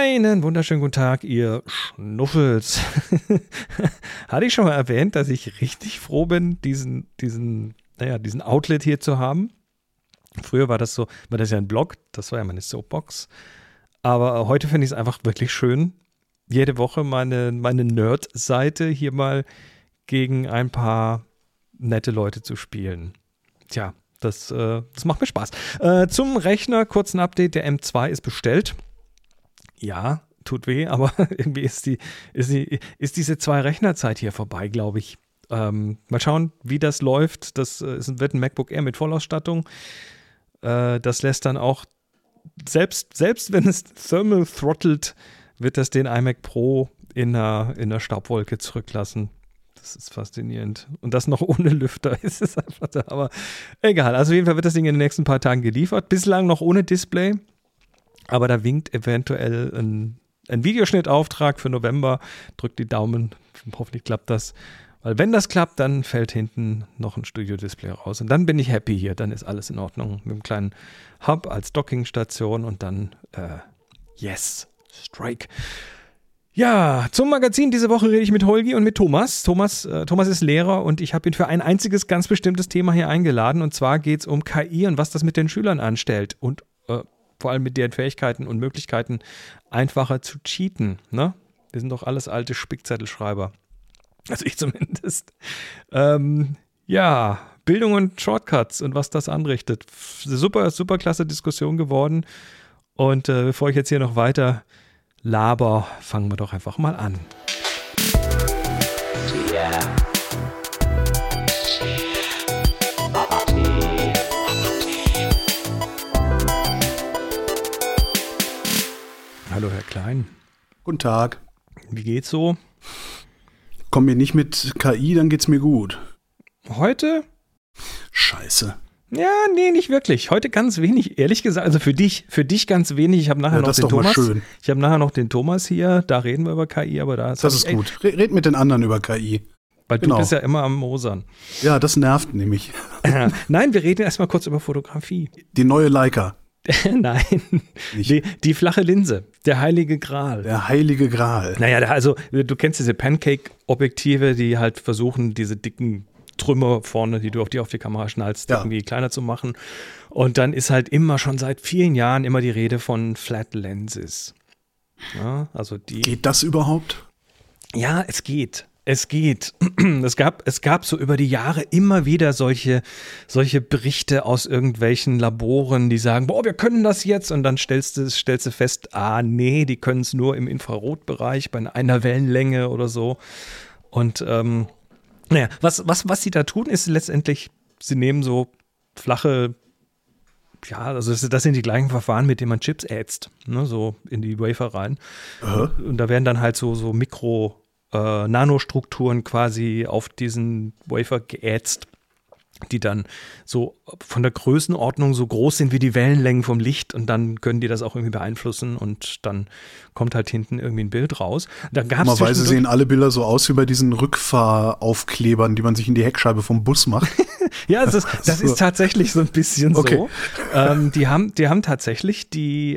Einen wunderschönen guten Tag, ihr Schnuffels. Hatte ich schon mal erwähnt, dass ich richtig froh bin, diesen Outlet hier zu haben? Früher war das ja ein Blog, das war ja meine Soapbox. Aber heute finde ich es einfach wirklich schön, jede Woche meine Nerd-Seite hier mal gegen ein paar nette Leute zu spielen. Tja, das macht mir Spaß. Zum Rechner, kurzen Update, der M2 ist bestellt. Ja, tut weh, aber irgendwie ist diese 2-Rechner-Zeit hier vorbei, glaube ich. Mal schauen, wie das läuft. Das wird ein MacBook Air mit Vollausstattung. Das lässt dann auch, selbst wenn es Thermal throttelt, wird das den iMac Pro in einer Staubwolke zurücklassen. Das ist faszinierend. Und das noch ohne Lüfter. Es ist einfach da, aber egal. Also auf jeden Fall wird das Ding in den nächsten paar Tagen geliefert. Bislang noch ohne Display. Aber da winkt eventuell ein Videoschnittauftrag für November. Drückt die Daumen. Hoffentlich klappt das. Weil wenn das klappt, dann fällt hinten noch ein Studio-Display raus. Und dann bin ich happy hier. Dann ist alles in Ordnung. Mit einem kleinen Hub als Dockingstation und dann yes, Strike. Ja, zum Magazin diese Woche rede ich mit Holgi und mit Thomas. Thomas ist Lehrer und ich habe ihn für ein einziges ganz bestimmtes Thema hier eingeladen. Und zwar geht es um KI und was das mit den Schülern anstellt. Und vor allem mit deren Fähigkeiten und Möglichkeiten einfacher zu cheaten. Ne? Wir sind doch alles alte Spickzettelschreiber. Also ich zumindest. Ja, Bildung und Shortcuts und was das anrichtet. Super, super klasse Diskussion geworden. Und bevor ich jetzt hier noch weiter laber, fangen wir doch einfach mal an. Yeah. Hallo Herr Klein. Guten Tag. Wie geht's so? Komm mir nicht mit KI, dann geht's mir gut. Heute? Scheiße. Ja, nee, nicht wirklich. Heute ganz wenig, ehrlich gesagt. Also für dich ganz wenig. Ich habe nachher noch den Thomas. Schön. Ich habe nachher noch den Thomas hier. Da reden wir über KI, aber da ist das ist gut. Red mit den anderen über KI. Weil du bist ja immer am Mosern. Ja, das nervt nämlich. Nein, wir reden erstmal kurz über Fotografie. Die neue Leica. Nein, die flache Linse, der heilige Gral. Der heilige Gral. Naja, also du kennst diese Pancake-Objektive, die halt versuchen, diese dicken Trümmer vorne, die du auf die Kamera schnallst, irgendwie kleiner zu machen. Und dann ist halt immer schon seit vielen Jahren immer die Rede von Flat Lenses. Ja, also Geht das überhaupt? Ja, es geht. Es geht. Es gab so über die Jahre immer wieder solche Berichte aus irgendwelchen Laboren, die sagen, boah, wir können das jetzt. Und dann stellst du fest, nee, die können es nur im Infrarotbereich bei einer Wellenlänge oder so. Und naja, was sie da tun, ist letztendlich, sie nehmen so flache, ja, also das sind die gleichen Verfahren, mit denen man Chips ätzt, ne, so in die Wafer rein. Und da werden dann halt so Nanostrukturen quasi auf diesen Wafer geätzt, die dann so von der Größenordnung so groß sind wie die Wellenlängen vom Licht und dann können die das auch irgendwie beeinflussen und dann kommt halt hinten irgendwie ein Bild raus. Normalerweise sehen alle Bilder so aus wie bei diesen Rückfahraufklebern, die man sich in die Heckscheibe vom Bus macht. Ja, das ist tatsächlich so ein bisschen so. Die haben tatsächlich die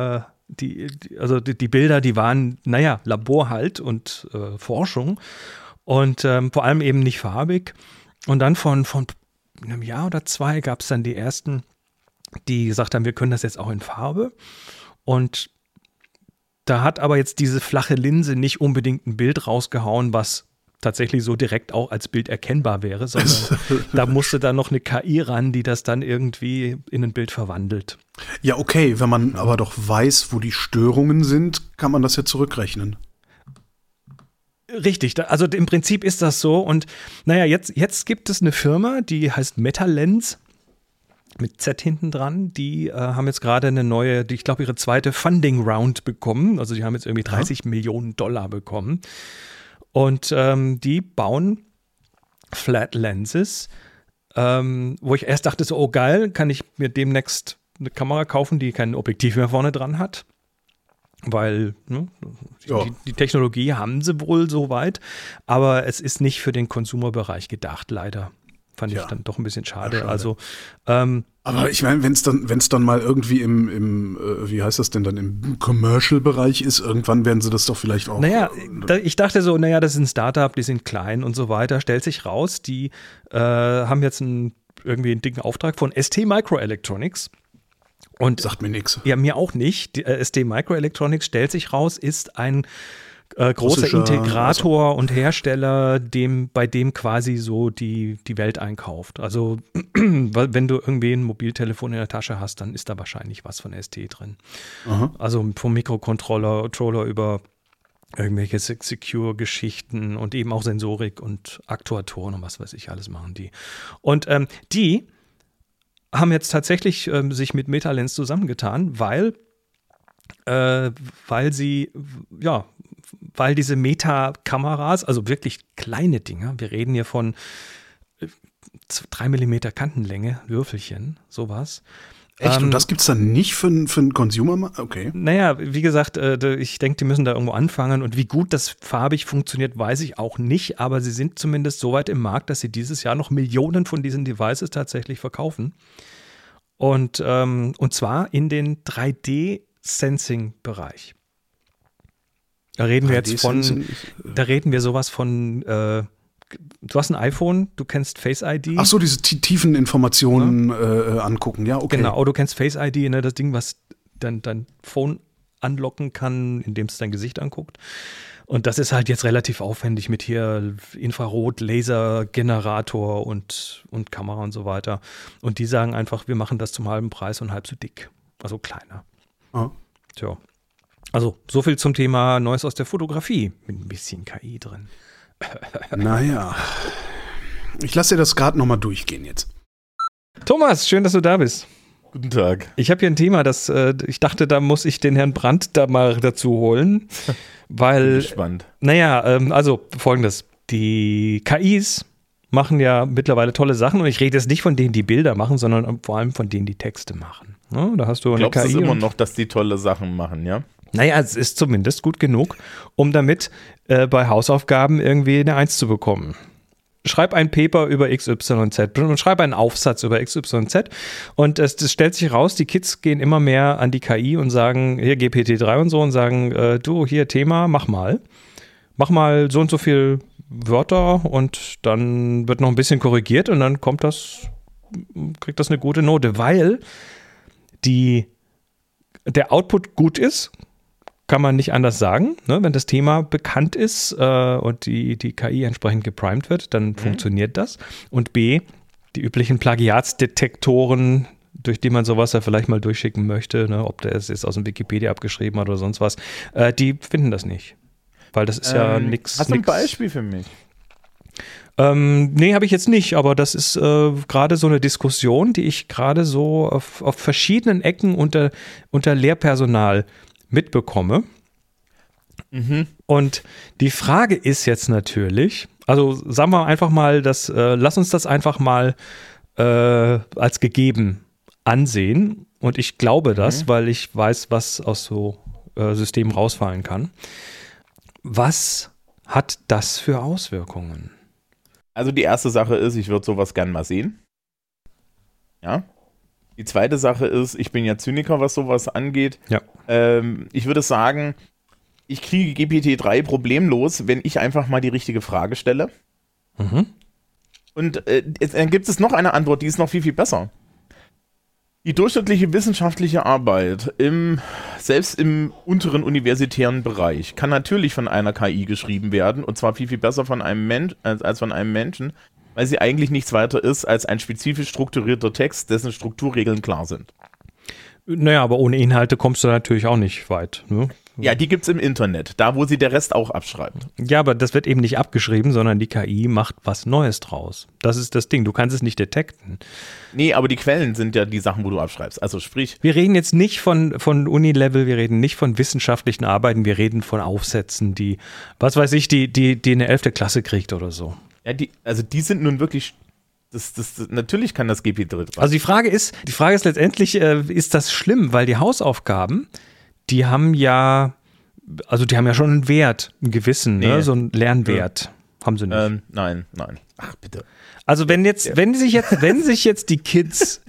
Bilder, die waren, Labor halt und Forschung und vor allem eben nicht farbig. Und dann von einem Jahr oder 2 gab es dann die ersten, die gesagt haben, wir können das jetzt auch in Farbe. Und da hat aber jetzt diese flache Linse nicht unbedingt ein Bild rausgehauen, was tatsächlich so direkt auch als Bild erkennbar wäre, sondern da musste dann noch eine KI ran, die das dann irgendwie in ein Bild verwandelt. Ja, okay, wenn man aber doch weiß, wo die Störungen sind, kann man das ja zurückrechnen. Richtig, also im Prinzip ist das so und jetzt gibt es eine Firma, die heißt MetaLens mit Z hinten dran, die haben jetzt gerade eine neue, ich glaube ihre zweite Funding Round bekommen, also die haben jetzt irgendwie 30 Millionen $ bekommen und die bauen Flat Lenses, wo ich erst dachte so, oh geil, kann ich mir demnächst eine Kamera kaufen, die kein Objektiv mehr vorne dran hat. Weil die Technologie haben sie wohl soweit, aber es ist nicht für den Consumer-Bereich gedacht, leider. Fand ich dann doch ein bisschen schade. Schade. Also, Aber ich meine, wenn es dann mal irgendwie wie heißt das denn dann, im Commercial-Bereich ist, irgendwann werden sie das doch vielleicht auch. Naja, ich dachte so, das ist ein Startup, die sind klein und so weiter. Stellt sich raus, die haben jetzt irgendwie einen dicken Auftrag von ST Microelectronics. Und sagt mir nichts. Ja, mir auch nicht. Die, ST Microelectronics, stellt sich raus, ist ein großer Integrator und Hersteller, bei dem quasi so die Welt einkauft. Also wenn du irgendwie ein Mobiltelefon in der Tasche hast, dann ist da wahrscheinlich was von ST drin. Aha. Also vom Mikrocontroller über irgendwelche Secure-Geschichten und eben auch Sensorik und Aktuatoren und was weiß ich, alles machen die. Und die haben jetzt tatsächlich sich mit Metalens zusammengetan, weil diese Meta-Kameras, also wirklich kleine Dinger, wir reden hier von 3 mm Kantenlänge, Würfelchen, sowas. Echt? Und das gibt es dann nicht für einen Consumer? Okay. Naja, wie gesagt, ich denke, die müssen da irgendwo anfangen und wie gut das farbig funktioniert, weiß ich auch nicht, aber sie sind zumindest so weit im Markt, dass sie dieses Jahr noch Millionen von diesen Devices tatsächlich verkaufen. Und zwar in den 3D-Sensing-Bereich. Da reden wir sowas von, du hast ein iPhone, du kennst Face ID. Ach so, diese tiefen Informationen angucken, ja, okay. Genau, du kennst Face ID, ne, das Ding, was dein Phone anlocken kann, indem es dein Gesicht anguckt. Und das ist halt jetzt relativ aufwendig mit hier Infrarot, Laser-Generator und Kamera und so weiter. Und die sagen einfach, wir machen das zum halben Preis und halb so dick. Also kleiner. Ah. Tja. Also, so viel zum Thema Neues aus der Fotografie. Mit ein bisschen KI drin. Naja. Ich lasse dir das gerade nochmal durchgehen jetzt. Thomas, schön, dass du da bist. Guten Tag. Ich habe hier ein Thema, das ich dachte, da muss ich den Herrn Brandt da mal dazu holen. Weil, bin gespannt. Naja, also folgendes. Die KIs machen ja mittlerweile tolle Sachen und ich rede jetzt nicht von denen, die Bilder machen, sondern vor allem von denen, die Texte machen. Ja, da hast du eine Glaubst KI. Du immer noch, dass die tolle Sachen machen, ja? Naja, es ist zumindest gut genug, um damit bei Hausaufgaben irgendwie eine 1 zu bekommen. Schreib ein Paper über XYZ und schreib einen Aufsatz über XYZ und das stellt sich raus, die Kids gehen immer mehr an die KI und sagen, hier GPT-3 und so und sagen, du, hier Thema, mach mal so und so viel Wörter und dann wird noch ein bisschen korrigiert und dann kriegt das eine gute Note, weil der Output gut ist, kann man nicht anders sagen. Ne? Wenn das Thema bekannt ist und die KI entsprechend geprimed wird, dann funktioniert das. Und B, die üblichen Plagiatsdetektoren, durch die man sowas ja vielleicht mal durchschicken möchte, ne? Ob der es jetzt aus dem Wikipedia abgeschrieben hat oder sonst was, die finden das nicht. Weil das ist ja nichts. Hast du ein Beispiel für mich? Nee, habe ich jetzt nicht, aber das ist gerade so eine Diskussion, die ich gerade so auf verschiedenen Ecken unter Lehrpersonal mitbekomme. Mhm. Und die Frage ist jetzt natürlich, also sagen wir einfach mal, lass uns das einfach mal als gegeben ansehen. Und ich glaube das, weil ich weiß, was aus so Systemen rausfallen kann. Was hat das für Auswirkungen? Also die erste Sache ist, ich würde sowas gern mal sehen. Ja. Die zweite Sache ist, ich bin ja Zyniker, was sowas angeht. Ja. Ich würde sagen, ich kriege GPT-3 problemlos, wenn ich einfach mal die richtige Frage stelle. Mhm. Und dann gibt es noch eine Antwort, die ist noch viel, viel besser. Die durchschnittliche wissenschaftliche Arbeit, selbst im unteren universitären Bereich, kann natürlich von einer KI geschrieben werden, und zwar viel, viel besser von einem als von einem Menschen, weil sie eigentlich nichts weiter ist als ein spezifisch strukturierter Text, dessen Strukturregeln klar sind. Naja, aber ohne Inhalte kommst du natürlich auch nicht weit. Ne? Ja, die gibt's im Internet, da wo sie der Rest auch abschreibt. Ja, aber das wird eben nicht abgeschrieben, sondern die KI macht was Neues draus. Das ist das Ding, du kannst es nicht detekten. Nee, aber die Quellen sind ja die Sachen, wo du abschreibst. Also sprich. Wir reden jetzt nicht von Unilevel, wir reden nicht von wissenschaftlichen Arbeiten, wir reden von Aufsätzen, die, was weiß ich, die eine 11. Klasse kriegt oder so. Ja, die sind nun wirklich. Natürlich kann das GPT-3. Also die Frage ist letztendlich, ist das schlimm, weil die Hausaufgaben, die haben ja schon einen Wert, einen gewissen, nee. Ne? So einen Lernwert. Haben sie nicht. Nein. Ach, bitte. Also wenn sich jetzt die Kids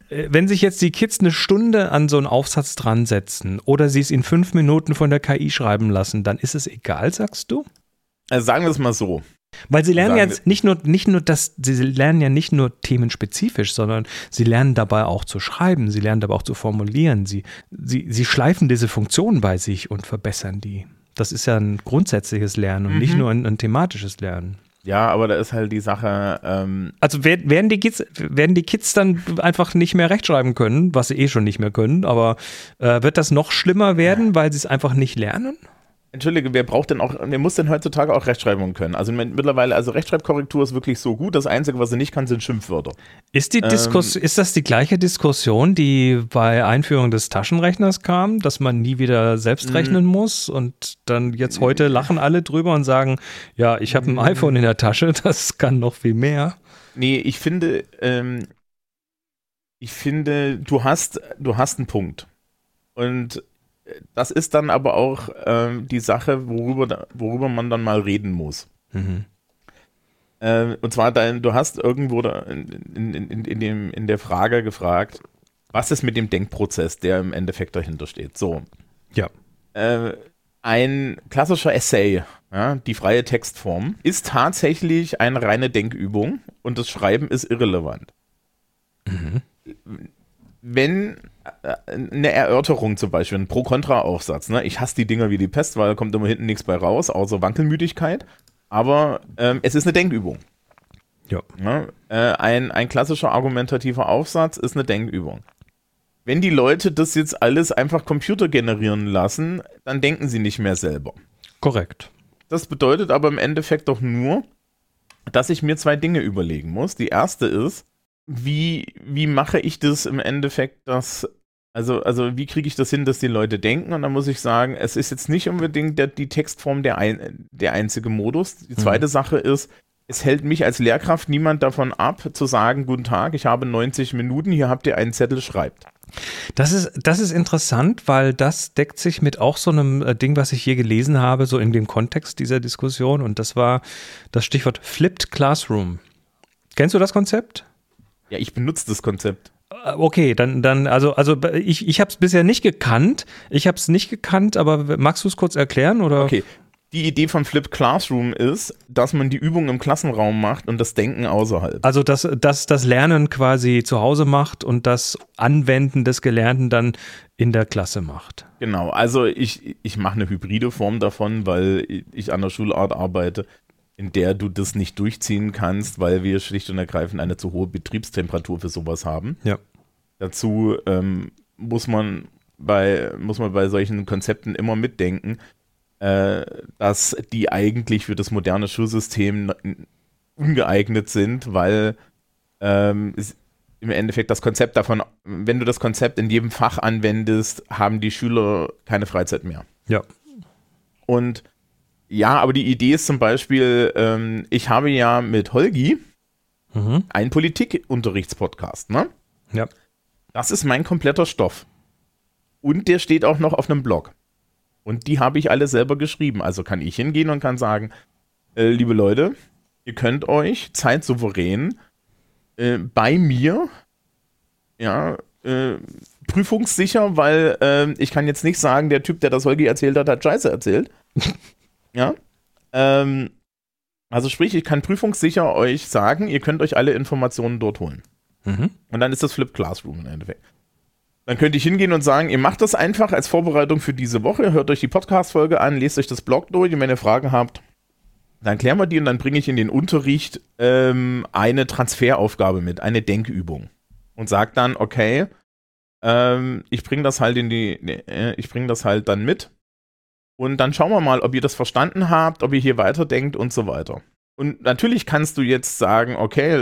Wenn sich jetzt die Kids eine Stunde an so einen Aufsatz dran setzen oder sie es in 5 Minuten von der KI schreiben lassen, dann ist es egal, sagst du? Also sagen wir es mal so. Weil sie lernen jetzt sie lernen ja nicht nur themenspezifisch, sondern sie lernen dabei auch zu schreiben, sie lernen dabei auch zu formulieren, sie schleifen diese Funktionen bei sich und verbessern die. Das ist ja ein grundsätzliches Lernen und nicht nur ein thematisches Lernen. Ja, aber da ist halt die Sache. Also werden die Kids dann einfach nicht mehr rechtschreiben können, was sie schon nicht mehr können, aber wird das noch schlimmer werden, weil sie es einfach nicht lernen? Entschuldige, wer muss denn heutzutage auch Rechtschreibung können? Also mittlerweile, also Rechtschreibkorrektur ist wirklich so gut, das Einzige, was sie nicht kann, sind Schimpfwörter. Ist das die gleiche Diskussion, die bei Einführung des Taschenrechners kam, dass man nie wieder selbst rechnen muss und dann jetzt heute lachen alle drüber und sagen, ja, ich habe ein iPhone in der Tasche, das kann noch viel mehr. Nee, ich finde, du hast einen Punkt. Und das ist dann aber auch die Sache, worüber man dann mal reden muss. Mhm. Und zwar, du hast irgendwo in der Frage gefragt, was ist mit dem Denkprozess, der im Endeffekt dahinter steht. So. Ja. Ein klassischer Essay, ja, die freie Textform, ist tatsächlich eine reine Denkübung und das Schreiben ist irrelevant. Mhm. Wenn eine Erörterung zum Beispiel, ein Pro-Kontra-Aufsatz, ne? Ich hasse die Dinger wie die Pest, weil da kommt immer hinten nichts bei raus, außer Wankelmüdigkeit, aber es ist eine Denkübung. Ja. Ne? Ein klassischer argumentativer Aufsatz ist eine Denkübung. Wenn die Leute das jetzt alles einfach Computer generieren lassen, dann denken sie nicht mehr selber. Korrekt. Das bedeutet aber im Endeffekt doch nur, dass ich mir 2 Dinge überlegen muss. Die erste ist, wie mache ich das im Endeffekt, also wie kriege ich das hin, dass die Leute denken? Und dann muss ich sagen, es ist jetzt nicht unbedingt die Textform der einzige Modus. Die zweite Sache ist, es hält mich als Lehrkraft niemand davon ab, zu sagen, guten Tag, ich habe 90 Minuten, hier habt ihr einen Zettel, schreibt. Das ist interessant, weil das deckt sich mit auch so einem Ding, was ich hier gelesen habe, so in dem Kontext dieser Diskussion. Und das war das Stichwort Flipped Classroom. Kennst du das Konzept? Ja, ich benutze das Konzept. Okay, dann also ich habe es bisher nicht gekannt. Aber magst du es kurz erklären? Oder? Okay, die Idee von Flipped Classroom ist, dass man die Übung im Klassenraum macht und das Denken außerhalb. Also dass das Lernen quasi zu Hause macht und das Anwenden des Gelernten dann in der Klasse macht. Genau, also ich mache eine hybride Form davon, weil ich an der Schulart arbeite, in der du das nicht durchziehen kannst, weil wir schlicht und ergreifend eine zu hohe Betriebstemperatur für sowas haben. Ja. Dazu muss man bei solchen Konzepten immer mitdenken, dass die eigentlich für das moderne Schulsystem ungeeignet sind, weil im Endeffekt das Konzept davon, wenn du das Konzept in jedem Fach anwendest, haben die Schüler keine Freizeit mehr. Ja. Und ja, aber die Idee ist zum Beispiel, ich habe ja mit Holgi einen Politikunterrichtspodcast, ne? Ja. Das ist mein kompletter Stoff. Und der steht auch noch auf einem Blog. Und die habe ich alle selber geschrieben. Also kann ich hingehen und kann sagen, liebe Leute, ihr könnt euch zeitsouverän bei mir, ja, prüfungssicher, weil ich kann jetzt nicht sagen, der Typ, der das Holgi erzählt hat Scheiße erzählt. Ja, also sprich, ich kann prüfungssicher euch sagen, ihr könnt euch alle Informationen dort holen. Mhm. Und dann ist das Flipped Classroom im Endeffekt. Dann könnt ihr hingehen und sagen, ihr macht das einfach als Vorbereitung für diese Woche, hört euch die Podcast-Folge an, lest euch das Blog durch und wenn ihr Fragen habt, dann klären wir die und dann bringe ich in den Unterricht eine Transferaufgabe mit, eine Denkübung. Und sag dann, okay, ich bringe das halt dann mit. Und dann schauen wir mal, ob ihr das verstanden habt, ob ihr hier weiterdenkt und so weiter. Und natürlich kannst du jetzt sagen, okay,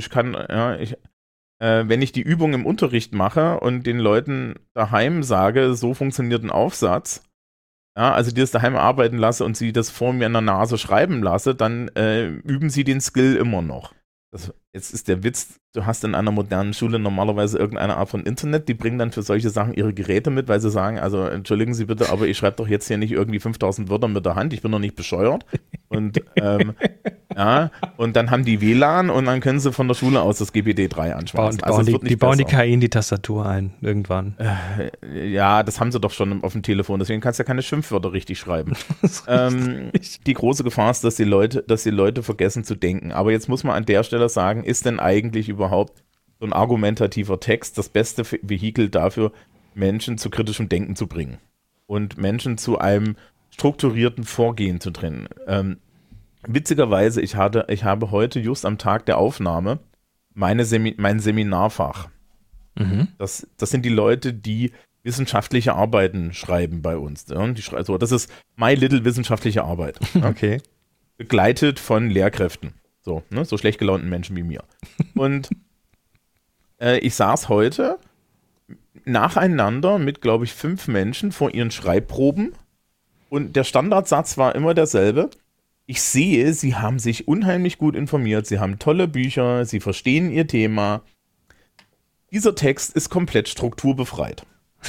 wenn ich die Übung im Unterricht mache und den Leuten daheim sage, so funktioniert ein Aufsatz, ja, also die das daheim arbeiten lasse und sie das vor mir in der Nase schreiben lasse, dann üben sie den Skill immer noch. Jetzt ist der Witz, du hast in einer modernen Schule normalerweise irgendeine Art von Internet, die bringen dann für solche Sachen ihre Geräte mit, weil sie sagen, also entschuldigen Sie bitte, aber ich schreibe doch jetzt hier nicht irgendwie 5000 Wörter mit der Hand, ich bin doch nicht bescheuert. Und Ja, und dann haben die WLAN und dann können sie von der Schule aus das GPT-3 anschmeißen. Die bauen die KI in die Tastatur ein, irgendwann. Ja, das haben sie doch schon auf dem Telefon, deswegen kannst du ja keine Schimpfwörter richtig schreiben. Die große Gefahr ist, dass die Leute vergessen zu denken. Aber jetzt muss man an der Stelle sagen, ist denn eigentlich überhaupt so ein argumentativer Text das beste Vehikel dafür, Menschen zu kritischem Denken zu bringen und Menschen zu einem strukturierten Vorgehen zu trennen? Witzigerweise, ich habe heute just am Tag der Aufnahme mein Seminarfach. Mhm. Das sind die Leute, die wissenschaftliche Arbeiten schreiben bei uns. Ja? Also das ist My Little wissenschaftliche Arbeit. Ja? Okay. Begleitet von Lehrkräften. So schlecht gelaunten Menschen wie mir. Und ich saß heute nacheinander mit, glaube ich, 5 Menschen vor ihren Schreibproben und der Standardsatz war immer derselbe. Ich sehe, sie haben sich unheimlich gut informiert, sie haben tolle Bücher, sie verstehen ihr Thema. Dieser Text ist komplett strukturbefreit.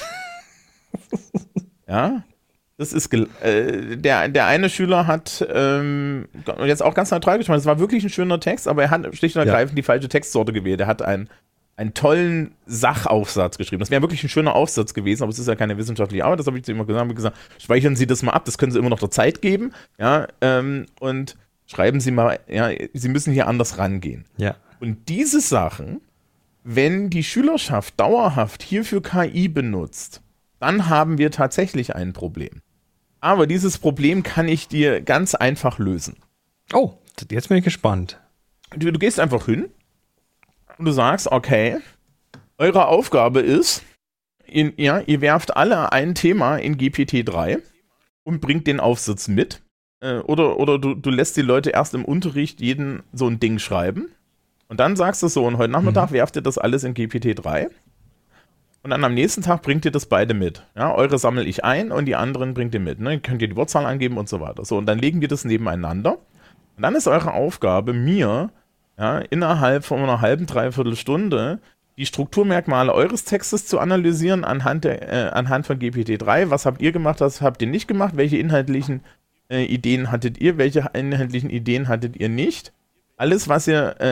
Ja, das ist, der eine Schüler hat jetzt auch ganz neutral geschrieben, es war wirklich ein schöner Text, aber er hat schlicht und ergreifend die falsche Textsorte gewählt. Er hat einen tollen Sachaufsatz geschrieben. Das wäre wirklich ein schöner Aufsatz gewesen, aber es ist ja keine wissenschaftliche Arbeit, das habe ich zu ihm gesagt, speichern Sie das mal ab, das können Sie immer noch der Zeit geben, ja, und schreiben Sie mal, ja, Sie müssen hier anders rangehen. Ja. Und diese Sachen, wenn die Schülerschaft dauerhaft hierfür KI benutzt, dann haben wir tatsächlich ein Problem. Aber dieses Problem kann ich dir ganz einfach lösen. Oh, jetzt bin ich gespannt. Du gehst einfach hin und du sagst, okay, eure Aufgabe ist, ihr werft alle ein Thema in GPT-3 und bringt den Aufsatz mit. Oder du lässt die Leute erst im Unterricht jeden so ein Ding schreiben. Und dann sagst du so, und heute Nachmittag werft ihr das alles in GPT-3. Und dann am nächsten Tag bringt ihr das beide mit. Ja, eure sammle ich ein und die anderen bringt ihr mit. Ne? Könnt ihr die Wortzahl angeben und so weiter. So, und dann legen wir das nebeneinander. Und dann ist eure Aufgabe, mir innerhalb von einer halben, dreiviertel Stunde die Strukturmerkmale eures Textes zu analysieren anhand von GPT-3. Was habt ihr gemacht, was habt ihr nicht gemacht? Welche inhaltlichen Ideen hattet ihr? Welche inhaltlichen Ideen hattet ihr nicht? Alles, was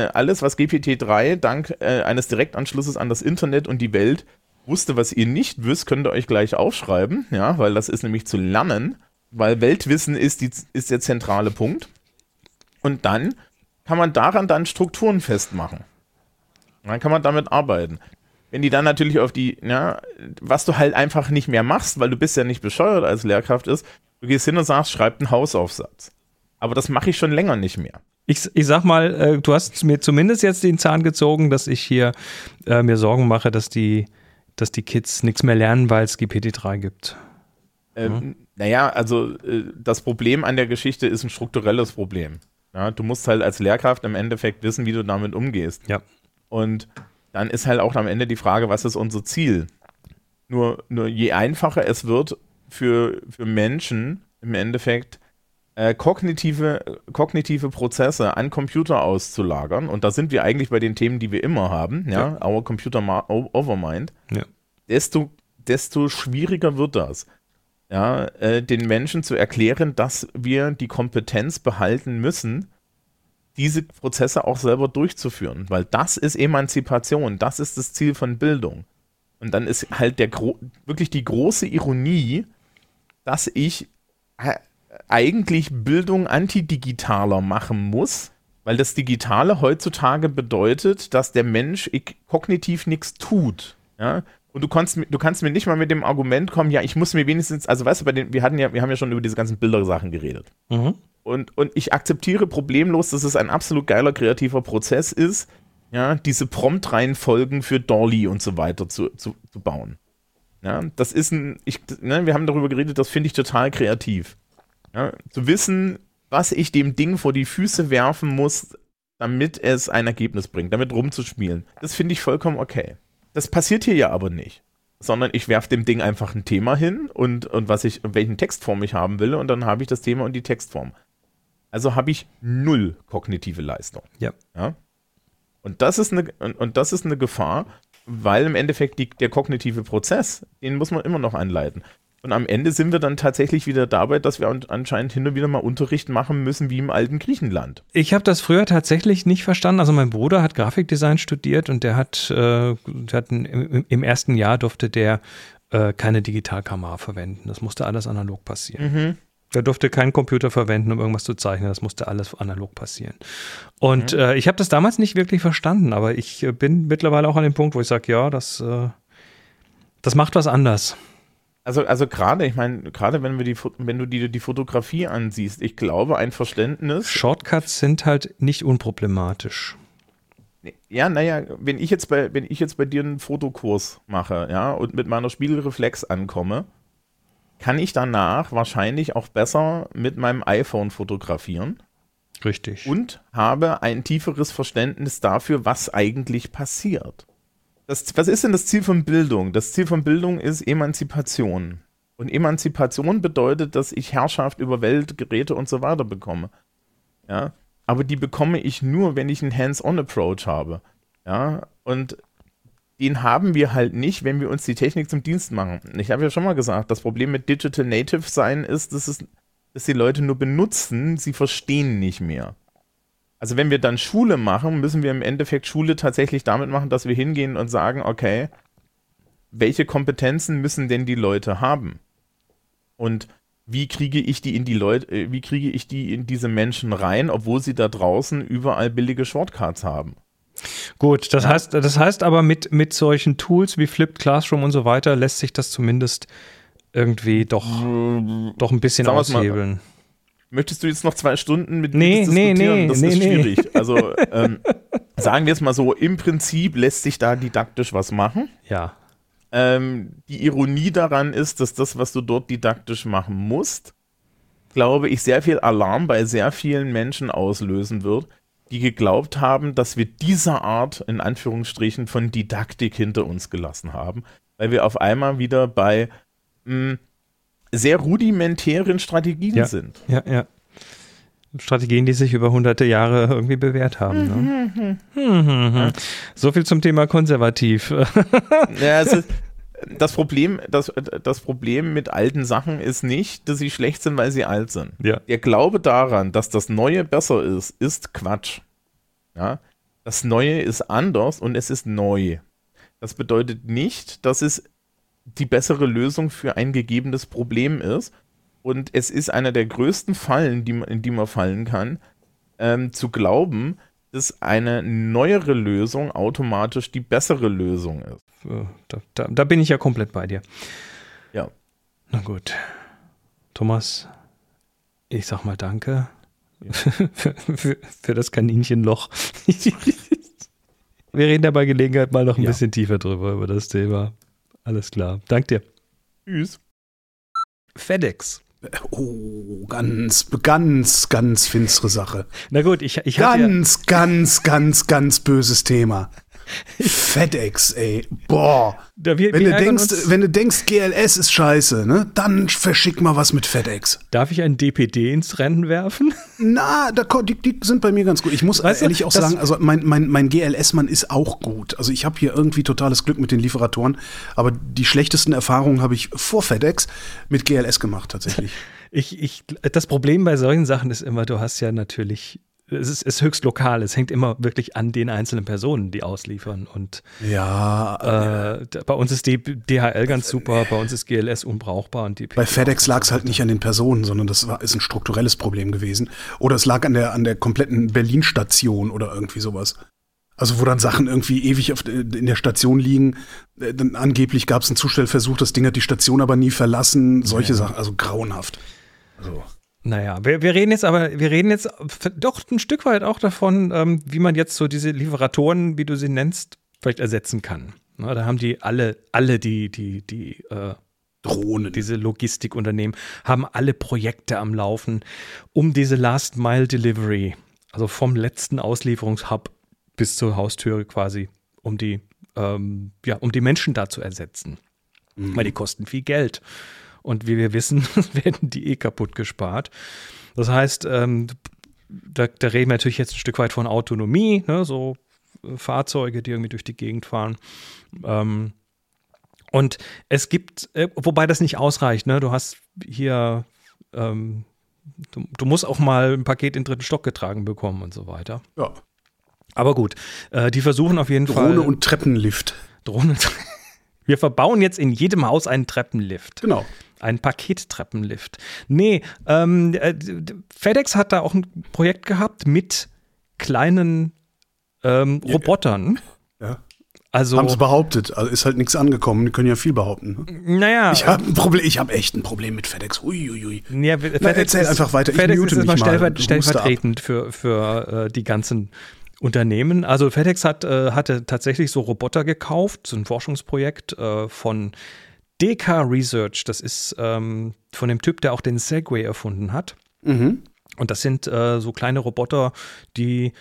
GPT-3 dank eines Direktanschlusses an das Internet und die Welt wusste, was ihr nicht wisst, könnt ihr euch gleich aufschreiben, ja, weil das ist nämlich zu lernen, weil Weltwissen ist der zentrale Punkt. Und dann kann man daran dann Strukturen festmachen. Dann kann man damit arbeiten. Wenn die dann natürlich auf was du halt einfach nicht mehr machst, weil du bist ja nicht bescheuert als Lehrkraft ist, du gehst hin und sagst, schreib einen Hausaufsatz. Aber das mache ich schon länger nicht mehr. Ich sag mal, du hast mir zumindest jetzt den Zahn gezogen, dass ich hier mir Sorgen mache, dass die Kids nichts mehr lernen, weil es GPT-3 gibt. Naja, also das Problem an der Geschichte ist ein strukturelles Problem. Ja, du musst halt als Lehrkraft im Endeffekt wissen, wie du damit umgehst. Ja. Und dann ist halt auch am Ende die Frage, was ist unser Ziel? Nur je einfacher es wird für Menschen im Endeffekt kognitive Prozesse an Computer auszulagern, und da sind wir eigentlich bei den Themen, die wir immer haben, our computer overmind, desto schwieriger wird das. Ja, den Menschen zu erklären, dass wir die Kompetenz behalten müssen, diese Prozesse auch selber durchzuführen, weil das ist Emanzipation, das ist das Ziel von Bildung. Und dann ist halt wirklich die große Ironie, dass ich eigentlich Bildung antidigitaler machen muss, weil das Digitale heutzutage bedeutet, dass der Mensch kognitiv nichts tut. Ja? Und du kannst mir nicht mal mit dem Argument kommen, ja, ich muss mir wenigstens, also weißt du, wir haben ja schon über diese ganzen Bildersachen geredet. Mhm. Und ich akzeptiere problemlos, dass es ein absolut geiler kreativer Prozess ist, ja, diese Prompt-Reihenfolgen für Dolly und so weiter zu bauen. Ja, das ist wir haben darüber geredet, das finde ich total kreativ. Ja, zu wissen, was ich dem Ding vor die Füße werfen muss, damit es ein Ergebnis bringt, damit rumzuspielen. Das finde ich vollkommen okay. Das passiert hier ja aber nicht. Sondern ich werfe dem Ding einfach ein Thema hin und welchen Textform ich haben will, und dann habe ich das Thema und die Textform. Also habe ich 0 kognitive Leistung. Ja. Und das ist eine Gefahr, weil im Endeffekt der kognitive Prozess, den muss man immer noch anleiten. Und am Ende sind wir dann tatsächlich wieder dabei, dass wir anscheinend hin und wieder mal Unterricht machen müssen, wie im alten Griechenland. Ich habe das früher tatsächlich nicht verstanden. Also mein Bruder hat Grafikdesign studiert und der hat im ersten Jahr durfte der keine Digitalkamera verwenden. Das musste alles analog passieren. Mhm. Der durfte keinen Computer verwenden, um irgendwas zu zeichnen. Das musste alles analog passieren. Und ich habe das damals nicht wirklich verstanden, aber ich bin mittlerweile auch an dem Punkt, wo ich sage, ja, das macht was anders. Also gerade, ich meine, gerade wenn du dir die Fotografie ansiehst, ich glaube, ein Verständnis. Shortcuts sind halt nicht unproblematisch. Ja, naja, wenn ich jetzt bei dir einen Fotokurs mache, ja, und mit meiner Spiegelreflex ankomme, kann ich danach wahrscheinlich auch besser mit meinem iPhone fotografieren. Richtig. Und habe ein tieferes Verständnis dafür, was eigentlich passiert. Was ist denn das Ziel von Bildung? Das Ziel von Bildung ist Emanzipation. Und Emanzipation bedeutet, dass ich Herrschaft über Welt, Geräte und so weiter bekomme. Ja, aber die bekomme ich nur, wenn ich einen Hands-on-Approach habe. Ja, und den haben wir halt nicht, wenn wir uns die Technik zum Dienst machen. Ich habe ja schon mal gesagt, das Problem mit Digital Native sein ist, dass die Leute nur benutzen, sie verstehen nicht mehr. Also wenn wir dann Schule machen, müssen wir im Endeffekt Schule tatsächlich damit machen, dass wir hingehen und sagen, okay, welche Kompetenzen müssen denn die Leute haben? Und wie kriege ich die in diese Menschen rein, obwohl sie da draußen überall billige Shortcuts haben? Gut, das heißt aber mit solchen Tools wie Flipped Classroom und so weiter lässt sich das zumindest irgendwie doch ein bisschen aushebeln. Möchtest du jetzt noch 2 Stunden mit mir diskutieren? Das ist schwierig. Also sagen wir es mal so, im Prinzip lässt sich da didaktisch was machen. Ja. Die Ironie daran ist, dass das, was du dort didaktisch machen musst, glaube ich, sehr viel Alarm bei sehr vielen Menschen auslösen wird, die geglaubt haben, dass wir diese Art, in Anführungsstrichen, von Didaktik hinter uns gelassen haben, weil wir auf einmal wieder bei sehr rudimentären Strategien sind. Ja. Strategien, die sich über hunderte Jahre irgendwie bewährt haben. Ne? So viel zum Thema konservativ. Ja, das Problem mit alten Sachen ist nicht, dass sie schlecht sind, weil sie alt sind. Ja. Der Glaube daran, dass das Neue besser ist Quatsch. Ja? Das Neue ist anders und es ist neu. Das bedeutet nicht, dass es die bessere Lösung für ein gegebenes Problem ist. Und es ist einer der größten Fallen, in die man fallen kann, zu glauben, dass eine neuere Lösung automatisch die bessere Lösung ist. Da bin ich ja komplett bei dir. Ja. Na gut. Thomas, ich sag mal danke für das Kaninchenloch. Wir reden da bei Gelegenheit mal noch ein bisschen tiefer drüber, über das Thema. Alles klar. Dank dir. Tschüss. FedEx. Oh, ganz finstere Sache. Na gut, ich ganz böses Thema. FedEx, ey. Boah. Wenn du denkst, GLS ist scheiße, ne, dann verschick mal was mit FedEx. Darf ich ein DPD ins Rennen werfen? Na, die sind bei mir ganz gut. Ich muss ehrlich auch sagen, also mein GLS-Mann ist auch gut. Also ich habe hier irgendwie totales Glück mit den Lieferatoren, aber die schlechtesten Erfahrungen habe ich vor FedEx mit GLS gemacht tatsächlich. Das Problem bei solchen Sachen ist immer, du hast ja natürlich, es ist höchst lokal, es hängt immer wirklich an den einzelnen Personen, die ausliefern. Und bei uns ist DHL ganz super, bei uns ist GLS unbrauchbar. Und bei FedEx lag es halt nicht an den Personen, sondern ist ein strukturelles Problem gewesen. Oder es lag an der kompletten Berlin-Station oder irgendwie sowas. Also wo dann Sachen irgendwie ewig in der Station liegen. Dann angeblich gab es einen Zustellversuch, das Ding hat die Station aber nie verlassen. Solche Sachen, also grauenhaft. Also. Naja, wir reden jetzt doch ein Stück weit auch davon, wie man jetzt so diese Lieferatoren, wie du sie nennst, vielleicht ersetzen kann. Na, da haben die alle die Drohnen, diese Logistikunternehmen, haben alle Projekte am Laufen, um diese Last-Mile-Delivery, also vom letzten Auslieferungshub bis zur Haustüre quasi, um die Menschen da zu ersetzen. Weil die kosten viel Geld. Und wie wir wissen, werden die kaputt gespart. Das heißt, da reden wir natürlich jetzt ein Stück weit von Autonomie, ne, so Fahrzeuge, die irgendwie durch die Gegend fahren. Und es gibt, wobei das nicht ausreicht, ne? Du hast hier, du musst auch mal ein Paket in den 3. Stock getragen bekommen und so weiter. Ja. Aber gut, die versuchen auf jeden Fall. Drohne und Treppenlift. Wir verbauen jetzt in jedem Haus einen Treppenlift. Genau. Ein Pakettreppenlift. Nee, FedEx hat da auch ein Projekt gehabt mit kleinen Robotern. Ja. Also, haben sie behauptet. Also ist halt nichts angekommen. Die können ja viel behaupten. Ne? Naja. Ich habe ein Problem. Ich habe echt ein Problem mit FedEx. Uiuiui. Ja, erzähl einfach weiter. FedEx ist mich mal stellvertretend für die ganzen Unternehmen. Also FedEx hatte tatsächlich so Roboter gekauft, so ein Forschungsprojekt von DK Research. Das ist von dem Typ, der auch den Segway erfunden hat. Mhm. Und das sind so kleine Roboter, die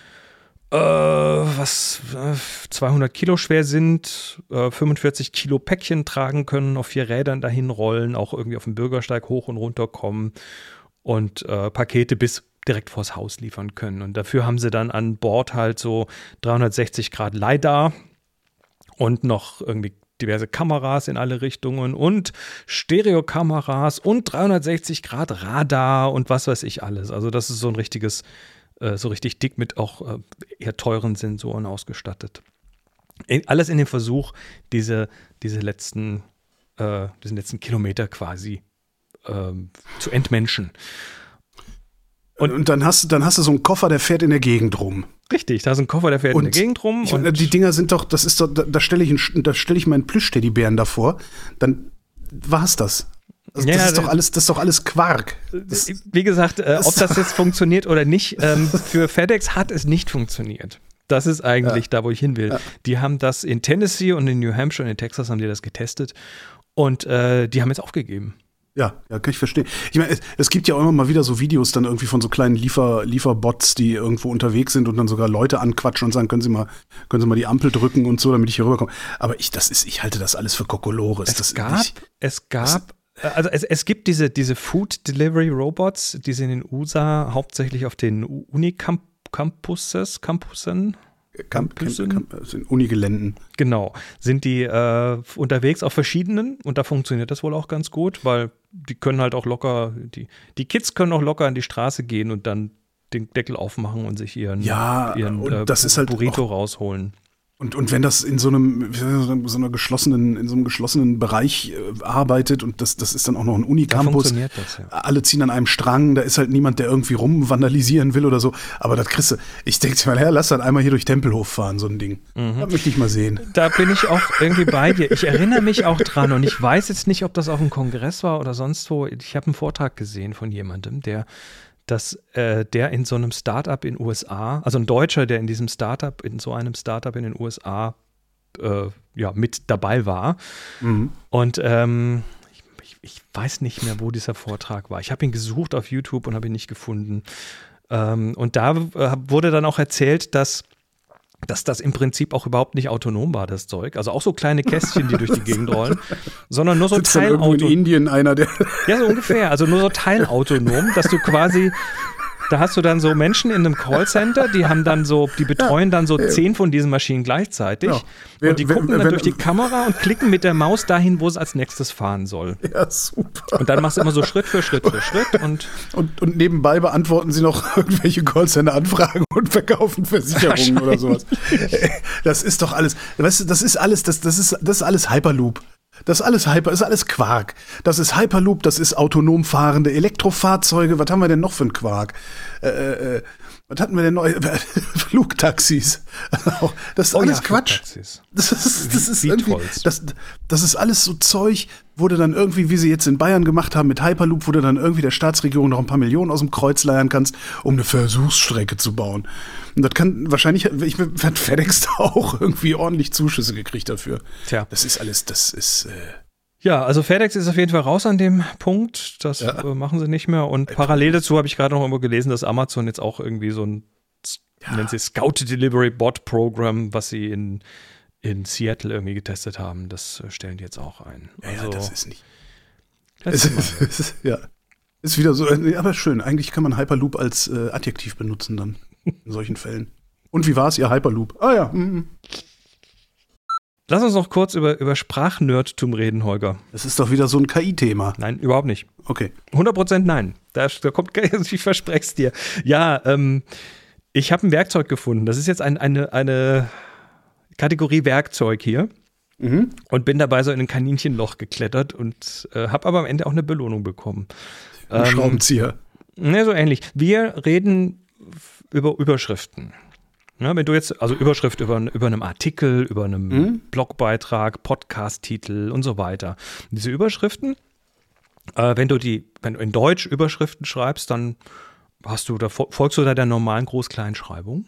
200 Kilo schwer sind, 45 Kilo Päckchen tragen können, auf 4 Rädern dahin rollen, auch irgendwie auf dem Bürgersteig hoch und runter kommen und Pakete bis direkt vors Haus liefern können. Und dafür haben sie dann an Bord halt so 360 Grad LiDAR und noch irgendwie diverse Kameras in alle Richtungen und Stereokameras und 360 Grad Radar und was weiß ich alles. Also das ist so ein richtiges so richtig dick mit auch eher teuren Sensoren ausgestattet. Alles in dem Versuch, diesen letzten Kilometer quasi zu entmenschen. Und dann hast du so einen Koffer, der fährt in der Gegend rum. Richtig, da ist ein Koffer, der fährt in der Gegend rum. Und die Dinger sind doch, das ist doch, da stelle ich meinen Plüsch-Teddybären davor, dann war's das. Also das ist doch alles Quark. Wie gesagt, ob das jetzt funktioniert oder nicht, für FedEx hat es nicht funktioniert. Das ist eigentlich da, wo ich hin will. Ja. Die haben das in Tennessee und in New Hampshire und in Texas haben die das getestet und die haben jetzt aufgegeben. Ja, kann ich verstehen. Ich meine, es gibt ja auch immer mal wieder so Videos dann irgendwie von so kleinen Lieferbots, die irgendwo unterwegs sind und dann sogar Leute anquatschen und sagen, können Sie mal die Ampel drücken und so, damit ich hier rüberkomme. Aber ich halte das alles für Kokolores. Es gibt diese Food Delivery Robots, die sind in den USA hauptsächlich auf den Campussen. Sind Unigeländen. Genau, sind die unterwegs auf verschiedenen und da funktioniert das wohl auch ganz gut, weil die können halt auch locker, die Kids können auch locker an die Straße gehen und dann den Deckel aufmachen und sich ihren das ist halt Burrito rausholen. Und wenn das in so einem geschlossenen Bereich arbeitet und das ist dann auch noch ein Unicampus, alle ziehen an einem Strang, da ist halt niemand, der irgendwie rumvandalisieren will oder so, aber das kriegst du, ich denke mal, lass dann einmal hier durch Tempelhof fahren, so ein Ding. Das möchte ich mal sehen. Da bin ich auch irgendwie bei dir. Ich erinnere mich auch dran und ich weiß jetzt nicht, ob das auf einem Kongress war oder sonst wo. Ich habe einen Vortrag gesehen von jemandem, der in so einem Startup in den USA, also ein Deutscher, der in so einem Startup in den USA mit dabei war. Mhm. Und ich weiß nicht mehr, wo dieser Vortrag war. Ich habe ihn gesucht auf YouTube und habe ihn nicht gefunden. Und da wurde dann auch erzählt, dass das im Prinzip auch überhaupt nicht autonom war, das Zeug. Also auch so kleine Kästchen, die durch die Gegend rollen, sondern nur so teilautonom. In Indien einer, der ja, so ungefähr. Also nur so teilautonom, dass du quasi, da hast du dann so Menschen in einem Callcenter, die betreuen dann so 10 von diesen Maschinen gleichzeitig. Ja. Und die gucken dann durch die Kamera und klicken mit der Maus dahin, wo es als nächstes fahren soll. Ja, super. Und dann machst du immer so Schritt für Schritt für Schritt. Und nebenbei beantworten sie noch irgendwelche Callcenter-Anfragen und verkaufen Versicherungen oder sowas. Das ist doch alles, weißt du, das ist alles Hyperloop. Das ist alles Quark. Das ist Hyperloop, das ist autonom fahrende Elektrofahrzeuge. Was haben wir denn noch für einen Quark? Was hatten wir denn noch? Flugtaxis. Das ist alles Quatsch. Das ist irgendwie, das ist alles so Zeug, wurde dann irgendwie, wie sie jetzt in Bayern gemacht haben mit Hyperloop, wo du dann irgendwie der Staatsregierung noch ein paar Millionen aus dem Kreuz leiern kannst, um eine Versuchsstrecke zu bauen. Und das kann wahrscheinlich, hat FedEx da auch irgendwie ordentlich Zuschüsse gekriegt dafür. Tja. Das ist alles, Ja, also FedEx ist auf jeden Fall raus an dem Punkt. Das machen sie nicht mehr. Und parallel dazu habe ich gerade noch immer gelesen, dass Amazon jetzt auch irgendwie so ein, nennen sie Scout Delivery Bot Programm, was sie in Seattle irgendwie getestet haben. Das stellen die jetzt auch ein. Also, das ist nicht. Ist wieder so, aber schön. Eigentlich kann man Hyperloop als Adjektiv benutzen dann in solchen Fällen. Und wie war es, Ihr Hyperloop? Ah ja. Lass uns noch kurz über Sprachnerdtum reden, Holger. Das ist doch wieder so ein KI-Thema. Nein, überhaupt nicht. Okay. 100% nein. Da kommt, ich verspreche es dir. Ja, ich habe ein Werkzeug gefunden. Das ist jetzt eine Kategorie Werkzeug hier. Und bin dabei so in ein Kaninchenloch geklettert und habe aber am Ende auch eine Belohnung bekommen. Ein Schraubenzieher. Ne, so ähnlich. Wir reden über Überschriften. Ja, wenn du jetzt, also Überschrift über einem Artikel, über einem Blogbeitrag, Podcast-Titel und so weiter. Und diese Überschriften, wenn du in Deutsch Überschriften schreibst, dann folgst du da der normalen Groß-Kleinschreibung.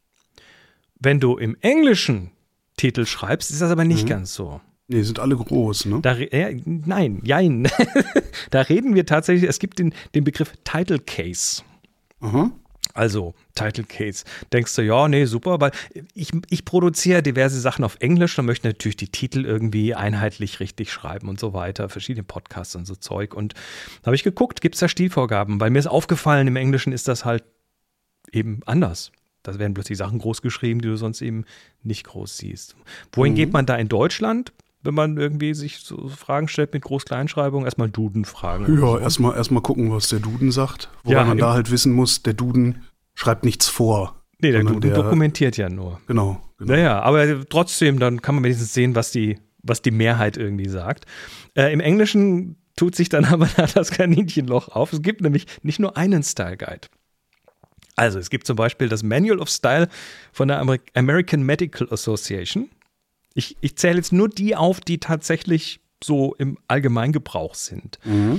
Wenn du im Englischen Titel schreibst, ist das aber nicht ganz so. Nee, sind alle groß, ne? Nein, jein. Da reden wir tatsächlich, es gibt den Begriff Title Case. Aha. Also, Title Case. Denkst du, ja, nee, super, weil ich produziere diverse Sachen auf Englisch, dann möchte ich natürlich die Titel irgendwie einheitlich richtig schreiben und so weiter, verschiedene Podcasts und so Zeug. Und da habe ich geguckt, gibt es da Stilvorgaben? Weil mir ist aufgefallen, im Englischen ist das halt eben anders. Da werden plötzlich Sachen groß geschrieben, die du sonst eben nicht groß siehst. Wohin geht man da in Deutschland, wenn man irgendwie sich so Fragen stellt mit Groß-Kleinschreibung? Erstmal Duden fragen. Ja, erstmal gucken, was der Duden sagt. Wobei man da halt wissen muss, der Duden schreibt nichts vor. Nee, der Duden dokumentiert ja nur. Genau. Naja, aber trotzdem, dann kann man wenigstens sehen, was die Mehrheit irgendwie sagt. Im Englischen tut sich dann aber das Kaninchenloch auf. Es gibt nämlich nicht nur einen Style Guide. Also es gibt zum Beispiel das Manual of Style von der American Medical Association. Ich zähle jetzt nur die auf, die tatsächlich so im Allgemeingebrauch sind.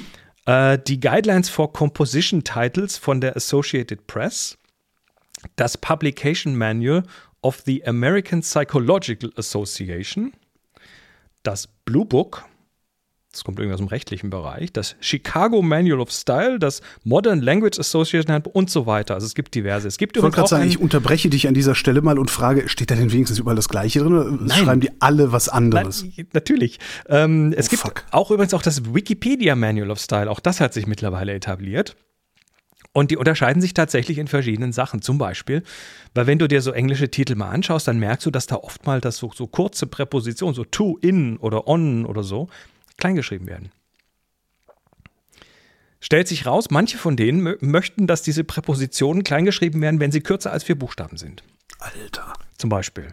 Die Guidelines for Composition Titles von der Associated Press. Das Publication Manual of the American Psychological Association. Das Blue Book. Das kommt irgendwie aus dem rechtlichen Bereich. Das Chicago Manual of Style, das Modern Language Association und so weiter. Also es gibt diverse. Es gibt ich wollte gerade sagen, ich unterbreche dich an dieser Stelle mal und frage, steht da denn wenigstens überall das Gleiche drin oder schreiben die alle was anderes? Nein, natürlich. Es gibt auch übrigens auch das Wikipedia Manual of Style. Auch das hat sich mittlerweile etabliert. Und die unterscheiden sich tatsächlich in verschiedenen Sachen. Zum Beispiel, weil wenn du dir so englische Titel mal anschaust, dann merkst du, dass da oftmals so kurze Präpositionen, so to, in oder on oder so, kleingeschrieben werden. Stellt sich raus, manche von denen möchten, dass diese Präpositionen kleingeschrieben werden, wenn sie kürzer als 4 Buchstaben sind. Alter. Zum Beispiel.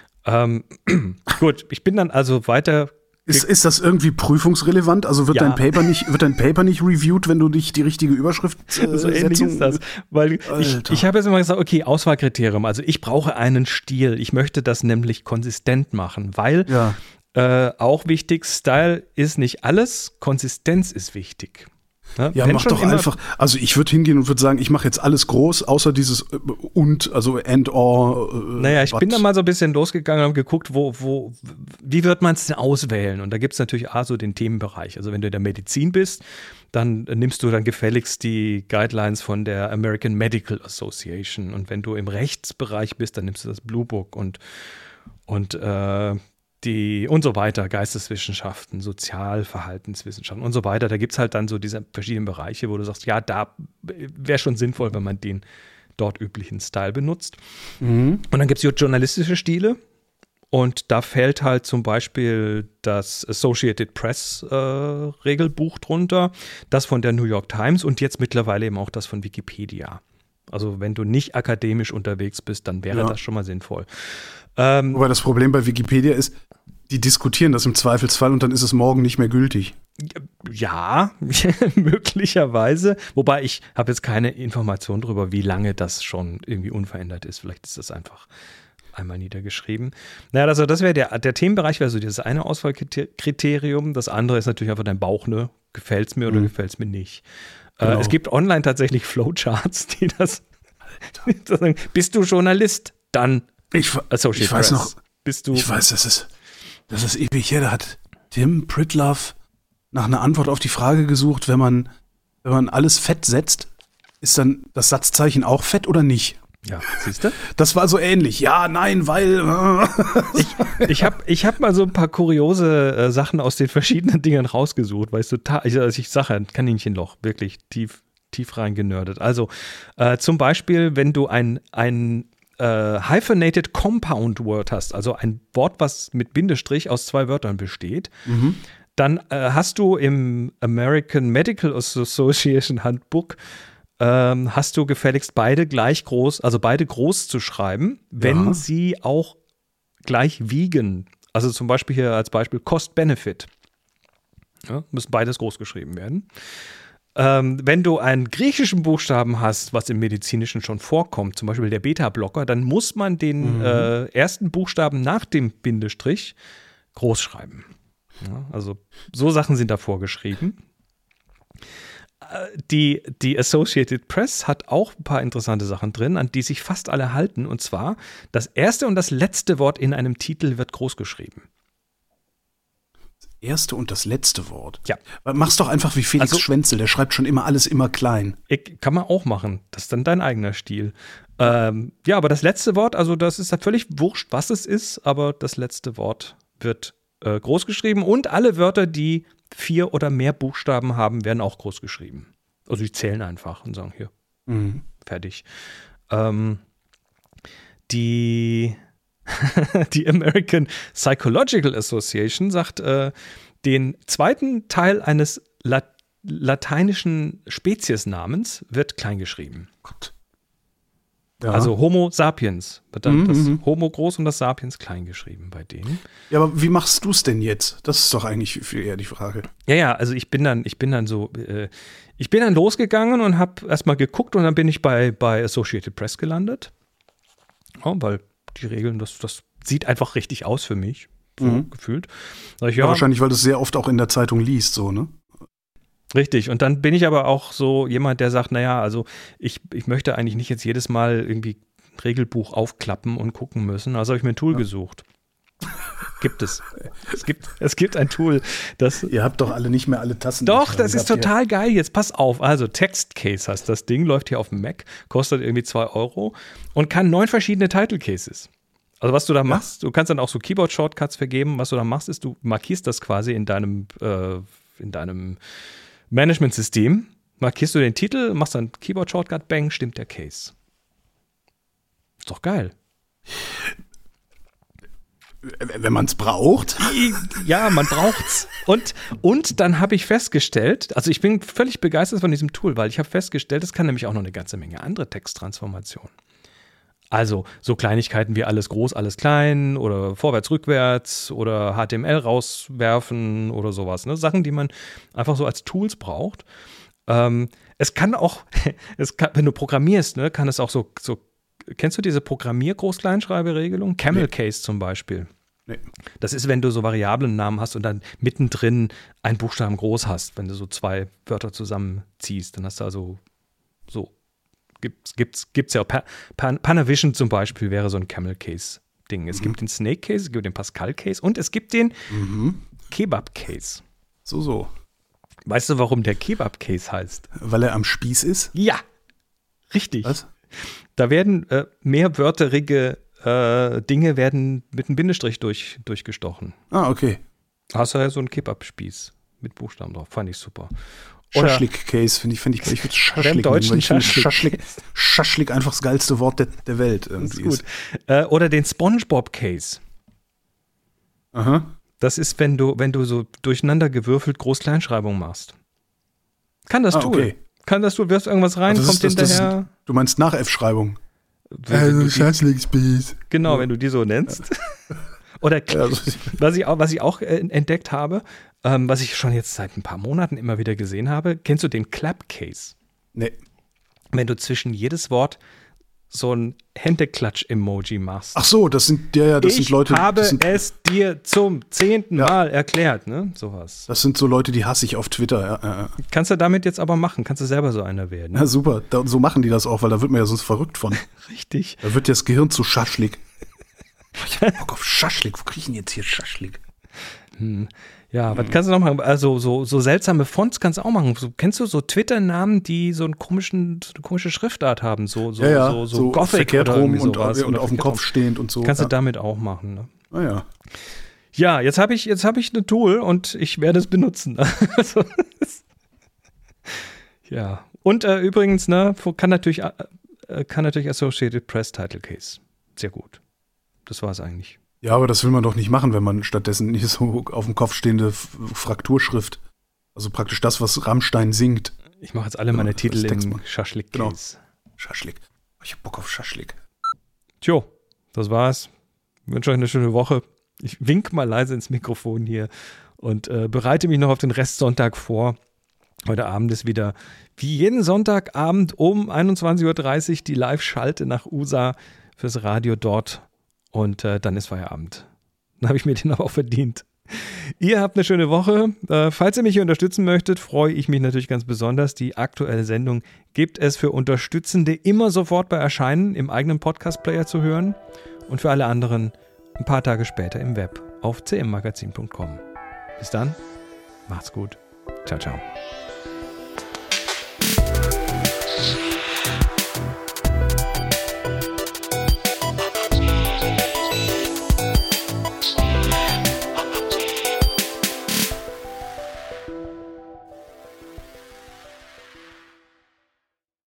Gut, ich bin dann also weiter. Ist das irgendwie prüfungsrelevant? Also wird dein Paper nicht reviewed, wenn du nicht die richtige Überschrift so ähnlich ist das. Weil ich habe jetzt immer gesagt, okay, Auswahlkriterium. Also ich brauche einen Stil. Ich möchte das nämlich konsistent machen, weil auch wichtig, Style ist nicht alles, Konsistenz ist wichtig. Ja, mach doch einfach, also ich würde hingehen und würde sagen, ich mache jetzt alles groß, außer dieses und, also and, or. Naja, ich bin da mal so ein bisschen losgegangen und habe geguckt, wie wird man es denn auswählen? Und da gibt es natürlich so den Themenbereich. Also wenn du in der Medizin bist, dann nimmst du dann gefälligst die Guidelines von der American Medical Association. Und wenn du im Rechtsbereich bist, dann nimmst du das Blue Book und so weiter, Geisteswissenschaften, Sozialverhaltenswissenschaften und so weiter. Da gibt es halt dann so diese verschiedenen Bereiche, wo du sagst, ja, da wäre schon sinnvoll, wenn man den dort üblichen Style benutzt. Und dann gibt es journalistische Stile und da fällt halt zum Beispiel das Associated Press Regelbuch drunter, das von der New York Times und jetzt mittlerweile eben auch das von Wikipedia. Also wenn du nicht akademisch unterwegs bist, dann wäre das schon mal sinnvoll. Wobei das Problem bei Wikipedia ist, die diskutieren das im Zweifelsfall und dann ist es morgen nicht mehr gültig. Ja, möglicherweise. Wobei ich habe jetzt keine Information darüber, wie lange das schon irgendwie unverändert ist. Vielleicht ist das einfach einmal niedergeschrieben. Naja, also das wäre der Themenbereich, wäre so dieses eine Auswahlkriterium. Das andere ist natürlich einfach dein Bauch, ne? Gefällt es mir oder gefällt es mir nicht. Genau. Es gibt online tatsächlich Flowcharts, die das sagen, bist du Journalist, dann Associated Press. Noch, ich weiß, das ist ewig her, da hat Tim Pritlove nach einer Antwort auf die Frage gesucht, wenn man alles fett setzt, ist dann das Satzzeichen auch fett oder nicht? Ja, siehst du? Das war so ähnlich. Ja, nein, weil Ich hab mal so ein paar kuriose Sachen aus den verschiedenen Dingern rausgesucht, weil ich sage, ein Kaninchenloch, wirklich tief reingenördet. Also zum Beispiel, wenn du ein hyphenated compound word hast, also ein Wort, was mit Bindestrich aus 2 Wörtern besteht, dann hast du im American Medical Association Handbook hast du gefälligst beide gleich groß, also beide groß zu schreiben, wenn sie auch gleich wiegen. Also zum Beispiel hier als Beispiel Cost-Benefit. Ja, müssen beides groß geschrieben werden. Wenn du einen griechischen Buchstaben hast, was im Medizinischen schon vorkommt, zum Beispiel der Beta-Blocker, dann muss man den ersten Buchstaben nach dem Bindestrich groß schreiben. Ja, also so Sachen sind da vorgeschrieben. Die Associated Press hat auch ein paar interessante Sachen drin, an die sich fast alle halten. Und zwar, das erste und das letzte Wort in einem Titel wird groß geschrieben. Das erste und das letzte Wort? Ja. Mach's doch einfach wie Felix Schwenzel, der schreibt schon immer alles immer klein. Kann man auch machen. Das ist dann dein eigener Stil. Ja, aber das letzte Wort, also das ist ja völlig wurscht, was es ist, aber das letzte Wort wird groß geschrieben und alle Wörter, die 4 oder mehr Buchstaben haben, werden auch groß geschrieben. Also die zählen einfach und sagen, hier, fertig. Die American Psychological Association sagt, den zweiten Teil eines lateinischen Speziesnamens wird klein geschrieben. Gott. Ja. Also Homo sapiens wird dann das Homo groß und das Sapiens klein geschrieben bei denen. Ja, aber wie machst du es denn jetzt? Das ist doch eigentlich viel eher die Frage. Ja, also ich bin dann losgegangen und habe erstmal geguckt und dann bin ich bei Associated Press gelandet. Ja, weil die Regeln, das sieht einfach richtig aus für mich, so gefühlt. Ja, wahrscheinlich, weil du es sehr oft auch in der Zeitung liest, so, ne? Richtig, und dann bin ich aber auch so jemand, der sagt, naja, also ich möchte eigentlich nicht jetzt jedes Mal irgendwie ein Regelbuch aufklappen und gucken müssen. Also habe ich mir ein Tool gesucht. Gibt es. Es gibt ein Tool, das. Ihr habt doch alle nicht mehr alle Tassen. Doch, das ist total geil. Jetzt pass auf. Also Textcase heißt das Ding, läuft hier auf dem Mac, kostet irgendwie 2 € und kann 9 verschiedene Title Cases. Also was du da machst, du kannst dann auch so Keyboard-Shortcuts vergeben. Was du da machst, ist, du markierst das quasi in deinem Management-System, markierst du den Titel, machst dann Keyboard-Shortcut, bang, stimmt der Case. Ist doch geil. Wenn man es braucht? Ja, man braucht's. Und dann habe ich festgestellt, also ich bin völlig begeistert von diesem Tool, weil ich habe festgestellt, es kann nämlich auch noch eine ganze Menge andere Texttransformationen. Also so Kleinigkeiten wie alles groß, alles klein oder vorwärts, rückwärts oder HTML rauswerfen oder sowas. Ne? Sachen, die man einfach so als Tools braucht. Es kann auch, wenn du programmierst, ne, kann es auch so kennst du diese Programmier-Groß-Kleinschreiberegelung? Camel Case zum Beispiel. Nee. Das ist, wenn du so Variablennamen hast und dann mittendrin einen Buchstaben groß hast, wenn du so 2 Wörter zusammenziehst, dann hast du also so, gibt's ja auch, Panavision zum Beispiel wäre so ein Camel Case Ding. Es gibt den Snake Case, es gibt den Pascal Case und es gibt den Kebab Case. So. Weißt du, warum der Kebab Case heißt? Weil er am Spieß ist? Ja, richtig. Was? Da werden mehrwörterige Dinge werden mit einem Bindestrich durchgestochen. Ah, okay. Hast du ja so einen Kebab-Spieß mit Buchstaben drauf. Fand ich super. Schaschlik-Case finde ich würde Schaschlik nennen, Schaschlik einfach das geilste Wort der Welt irgendwie ist. Gut. Oder den SpongeBob-Case. Aha. Das ist, wenn du so durcheinander gewürfelt Groß-Kleinschreibung machst. Kann das Tool. Okay. Kann das Tool, wirfst irgendwas rein, kommt hinterher. Du meinst nach F-Schreibung. Schaschlik-Spieß. Genau, wenn du die so nennst. Oder was ich auch entdeckt habe, was ich schon jetzt seit ein paar Monaten immer wieder gesehen habe, kennst du den Clap-Case? Nee. Wenn du zwischen jedes Wort so ein Händeklatsch-Emoji machst. Ach so, das sind Leute. Ich habe es dir zum 10. Mal erklärt, ne? Sowas. Das sind so Leute, die hasse ich auf Twitter. Ja. Kannst du damit jetzt aber machen, kannst du selber so einer werden. Ja, super. So machen die das auch, weil da wird man ja sonst verrückt von. Richtig. Da wird ja das Gehirn zu Schaschlik. Ich hab Bock auf Schaschlik. Wo krieg ich denn jetzt hier Schaschlik? Ja, was kannst du noch machen? Also so seltsame Fonts kannst du auch machen. Kennst du so Twitter-Namen, die so eine komische Schriftart haben? So Gothic verkehrt oder rum und auf dem Kopf stehend und so. Kannst du damit auch machen. Ne? Ah ja. Ja, jetzt hab ich ein Tool und ich werde es benutzen. Also, ja. Und übrigens, ne, kann natürlich Associated Press Title Case sehr gut. Das war es eigentlich. Ja, aber das will man doch nicht machen, wenn man stattdessen nicht so auf dem Kopf stehende Frakturschrift, also praktisch das, was Rammstein singt. Ich mache jetzt alle meine Titel in Schaschlik. Genau. Schaschlik. Ich hab Bock auf Schaschlik. Tjo, das war's. Ich wünsche euch eine schöne Woche. Ich wink mal leise ins Mikrofon hier und bereite mich noch auf den Restsonntag vor. Heute Abend ist wieder wie jeden Sonntagabend um 21.30 Uhr die Live-Schalte nach USA fürs Radio dort. Und dann ist Feierabend. Dann habe ich mir den aber auch verdient. Ihr habt eine schöne Woche. Falls ihr mich hier unterstützen möchtet, freue ich mich natürlich ganz besonders. Die aktuelle Sendung gibt es für Unterstützende immer sofort bei Erscheinen im eigenen Podcast-Player zu hören und für alle anderen ein paar Tage später im Web auf cmmagazin.com. Bis dann, macht's gut. Ciao, ciao.